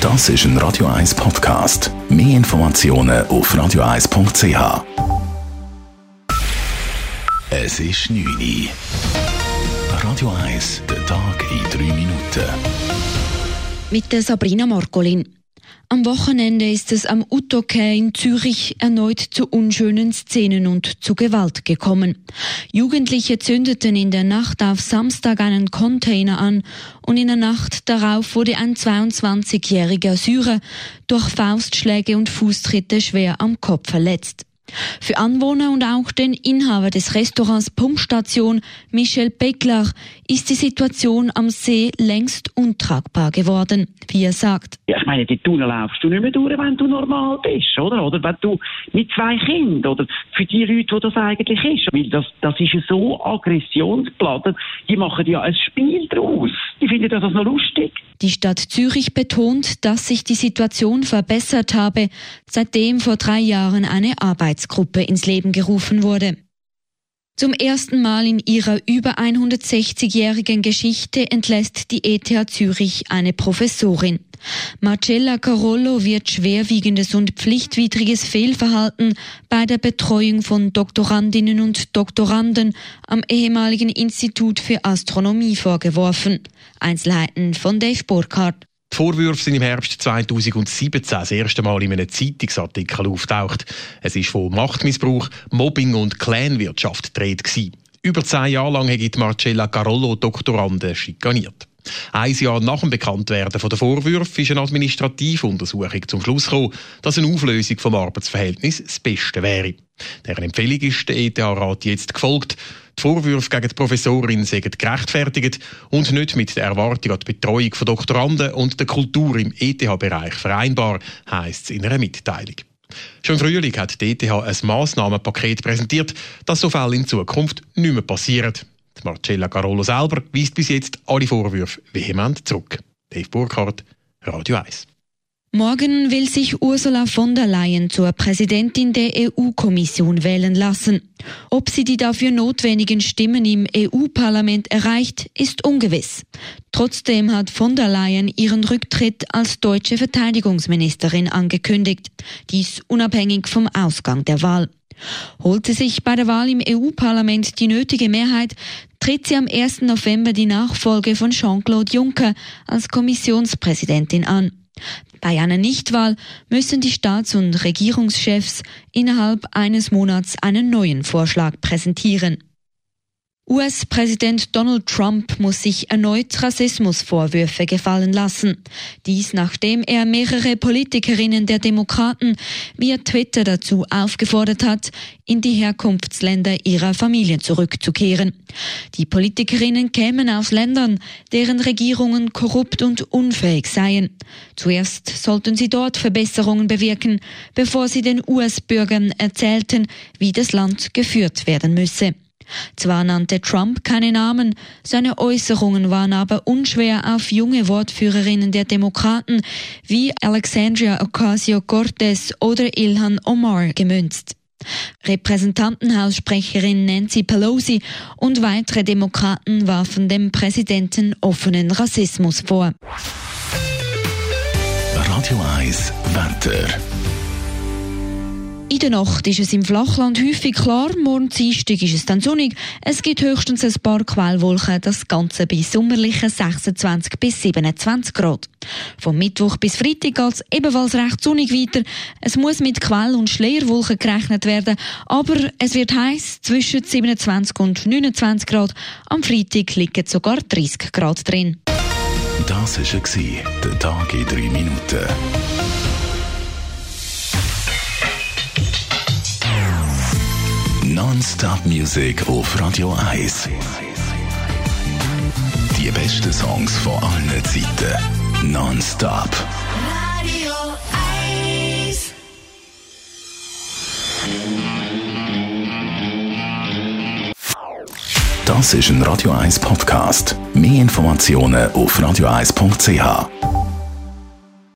Das ist ein Radio 1 Podcast. Mehr Informationen auf radio1.ch. Es ist 9 Uhr. Radio 1, der Tag in 3 Minuten. Mit der Sabrina Marcolin. Am Wochenende ist es am Uttoquai in Zürich erneut zu unschönen Szenen und zu Gewalt gekommen. Jugendliche zündeten in der Nacht auf Samstag einen Container an und in der Nacht darauf wurde ein 22-jähriger Syrer durch Faustschläge und Fußtritte schwer am Kopf verletzt. Für Anwohner und auch den Inhaber des Restaurants Pumpstation, Michel Beckler, ist die Situation am See längst untragbar geworden, wie er sagt. Ja, ich meine, die Tunnel laufst du nicht mehr durch, wenn du normal bist, oder? Oder wenn du mit 2 Kindern, oder für die Leute, wo das eigentlich ist. Weil das ist ja so aggressionsbeladen, die machen ja ein Spiel draus. Die finden das noch lustig. Die Stadt Zürich betont, dass sich die Situation verbessert habe, seitdem vor 3 Jahren eine Arbeitsgruppe ins Leben gerufen wurde. Zum ersten Mal in ihrer über 160-jährigen Geschichte entlässt die ETH Zürich eine Professorin. Marcella Carollo wird schwerwiegendes und pflichtwidriges Fehlverhalten bei der Betreuung von Doktorandinnen und Doktoranden am ehemaligen Institut für Astronomie vorgeworfen. Einzelheiten von Dave Burkhardt. Die Vorwürfe sind im Herbst 2017 das erste Mal in einem Zeitungsartikel auftaucht. Es war von Machtmissbrauch, Mobbing und Clanwirtschaft die Rede gewesen. Über 10 Jahre lang hat Marcella Carollo Doktoranden schikaniert. 1 Jahr nach dem Bekanntwerden der Vorwürfe ist eine Administrativuntersuchung zum Schluss gekommen, dass eine Auflösung vom Arbeitsverhältnis das Beste wäre. Deren Empfehlung ist der ETH-Rat jetzt gefolgt. Die Vorwürfe gegen die Professorin sind gerechtfertigt und nicht mit der Erwartung an die Betreuung von Doktoranden und der Kultur im ETH-Bereich vereinbar, heisst es in einer Mitteilung. Schon im Frühling hat die ETH ein Massnahmenpaket präsentiert, dass so Fälle in Zukunft nicht mehr passieren. Die Marcella Carollo selber weist bis jetzt alle Vorwürfe vehement zurück. Dave Burkhardt, Radio 1. Morgen will sich Ursula von der Leyen zur Präsidentin der EU-Kommission wählen lassen. Ob sie die dafür notwendigen Stimmen im EU-Parlament erreicht, ist ungewiss. Trotzdem hat von der Leyen ihren Rücktritt als deutsche Verteidigungsministerin angekündigt. Dies unabhängig vom Ausgang der Wahl. Holt sie sich bei der Wahl im EU-Parlament die nötige Mehrheit, tritt sie am 1. November die Nachfolge von Jean-Claude Juncker als Kommissionspräsidentin an. Bei einer Nichtwahl müssen die Staats- und Regierungschefs innerhalb eines Monats einen neuen Vorschlag präsentieren. US-Präsident Donald Trump muss sich erneut Rassismusvorwürfe gefallen lassen. Dies nachdem er mehrere Politikerinnen der Demokraten via Twitter dazu aufgefordert hat, in die Herkunftsländer ihrer Familien zurückzukehren. Die Politikerinnen kämen aus Ländern, deren Regierungen korrupt und unfähig seien. Zuerst sollten sie dort Verbesserungen bewirken, bevor sie den US-Bürgern erzählten, wie das Land geführt werden müsse. Zwar nannte Trump keine Namen, seine Äußerungen waren aber unschwer auf junge Wortführerinnen der Demokraten wie Alexandria Ocasio-Cortez oder Ilhan Omar gemünzt. Repräsentantenhaussprecherin Nancy Pelosi und weitere Demokraten warfen dem Präsidenten offenen Rassismus vor. Radio 1 Wetter. In der Nacht ist es im Flachland häufig klar, morgen Dienstag ist es dann sonnig. Es gibt höchstens ein paar Quellwolken, das Ganze bei sommerlichen 26 bis 27 Grad. Vom Mittwoch bis Freitag geht es ebenfalls recht sonnig weiter. Es muss mit Quell- und Schleierwolken gerechnet werden, aber es wird heiß, zwischen 27 und 29 Grad. Am Freitag liegen sogar 30 Grad drin. Das war der Tag in 3 Minuten. Non-Stop-Musik auf Radio 1. Die besten Songs von allen Zeiten. Non-Stop. Radio 1. Das ist ein Radio 1 Podcast. Mehr Informationen auf radio1.ch.